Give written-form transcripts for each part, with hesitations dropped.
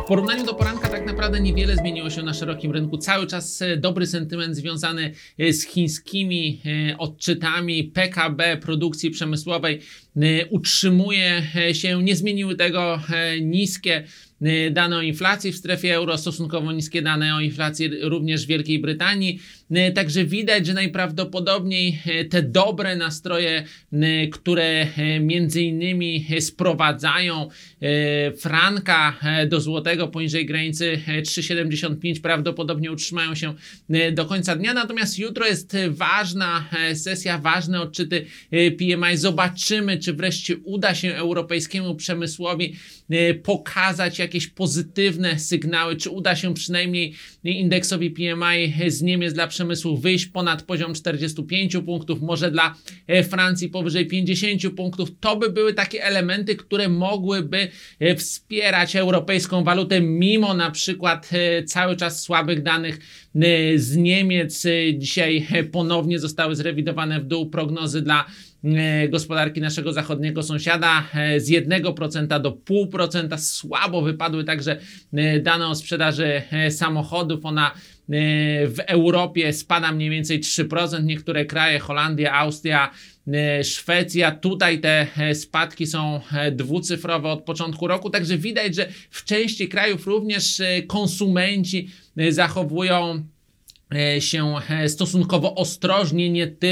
porównaniu do poranka tak naprawdę niewiele zmieniło się na szerokim rynku. Cały czas dobry sentyment związany z chińskimi odczytami PKB produkcji przemysłowej utrzymuje się. Nie zmieniły tego niskie dane o inflacji w strefie euro, stosunkowo niskie dane o inflacji również w Wielkiej Brytanii. Także widać, że najprawdopodobniej te dobre nastroje, które między innymi sprowadzają franka do złotego poniżej granicy 3,75 prawdopodobnie utrzymają się do końca dnia. Natomiast jutro jest ważna sesja, ważne odczyty PMI. Zobaczymy, czy wreszcie uda się europejskiemu przemysłowi pokazać jakieś pozytywne sygnały, czy uda się przynajmniej indeksowi PMI z Niemiec dla przemysłu wyjść ponad poziom 45 punktów, może dla Francji powyżej 50 punktów. To by były takie elementy, które mogłyby wspierać europejską walutę, mimo na przykład cały czas słabych danych z Niemiec. Dzisiaj ponownie zostały zrewidowane w dół prognozy dla gospodarki naszego zachodniego sąsiada z 1% do 0,5%. Słabo wypadły także dane o sprzedaży samochodów. Ona w Europie spada mniej więcej 3%. Niektóre kraje, Holandia, Austria, Szwecja, tutaj te spadki są dwucyfrowe od początku roku. Także widać, że w części krajów również konsumenci zachowują się stosunkowo ostrożnie,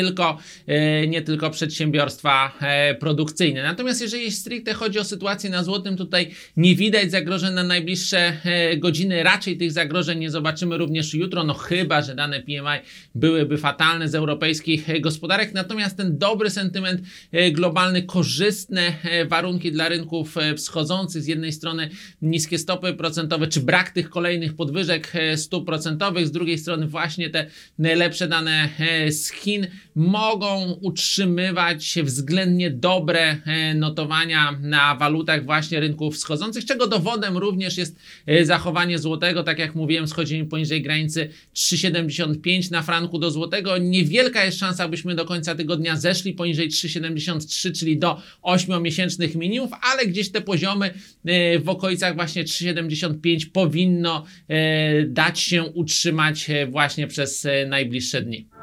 nie tylko przedsiębiorstwa produkcyjne. Natomiast jeżeli stricte chodzi o sytuację na złotym, tutaj nie widać zagrożeń na najbliższe godziny. Raczej tych zagrożeń nie zobaczymy również jutro, no chyba że dane PMI byłyby fatalne z europejskich gospodarek. Natomiast ten dobry sentyment globalny, korzystne warunki dla rynków wschodzących, z jednej strony niskie stopy procentowe, czy brak tych kolejnych podwyżek stóp procentowych, z drugiej strony właśnie te lepsze dane z Chin mogą utrzymywać względnie dobre notowania na walutach właśnie rynków wschodzących, czego dowodem również jest zachowanie złotego. Tak jak mówiłem, schodzimy poniżej granicy 3,75 na franku do złotego. Niewielka jest szansa, abyśmy do końca tygodnia zeszli poniżej 3,73, czyli do 8-miesięcznych minimów, ale gdzieś te poziomy w okolicach właśnie 3,75 powinno dać się utrzymać właśnie przez najbliższe dni.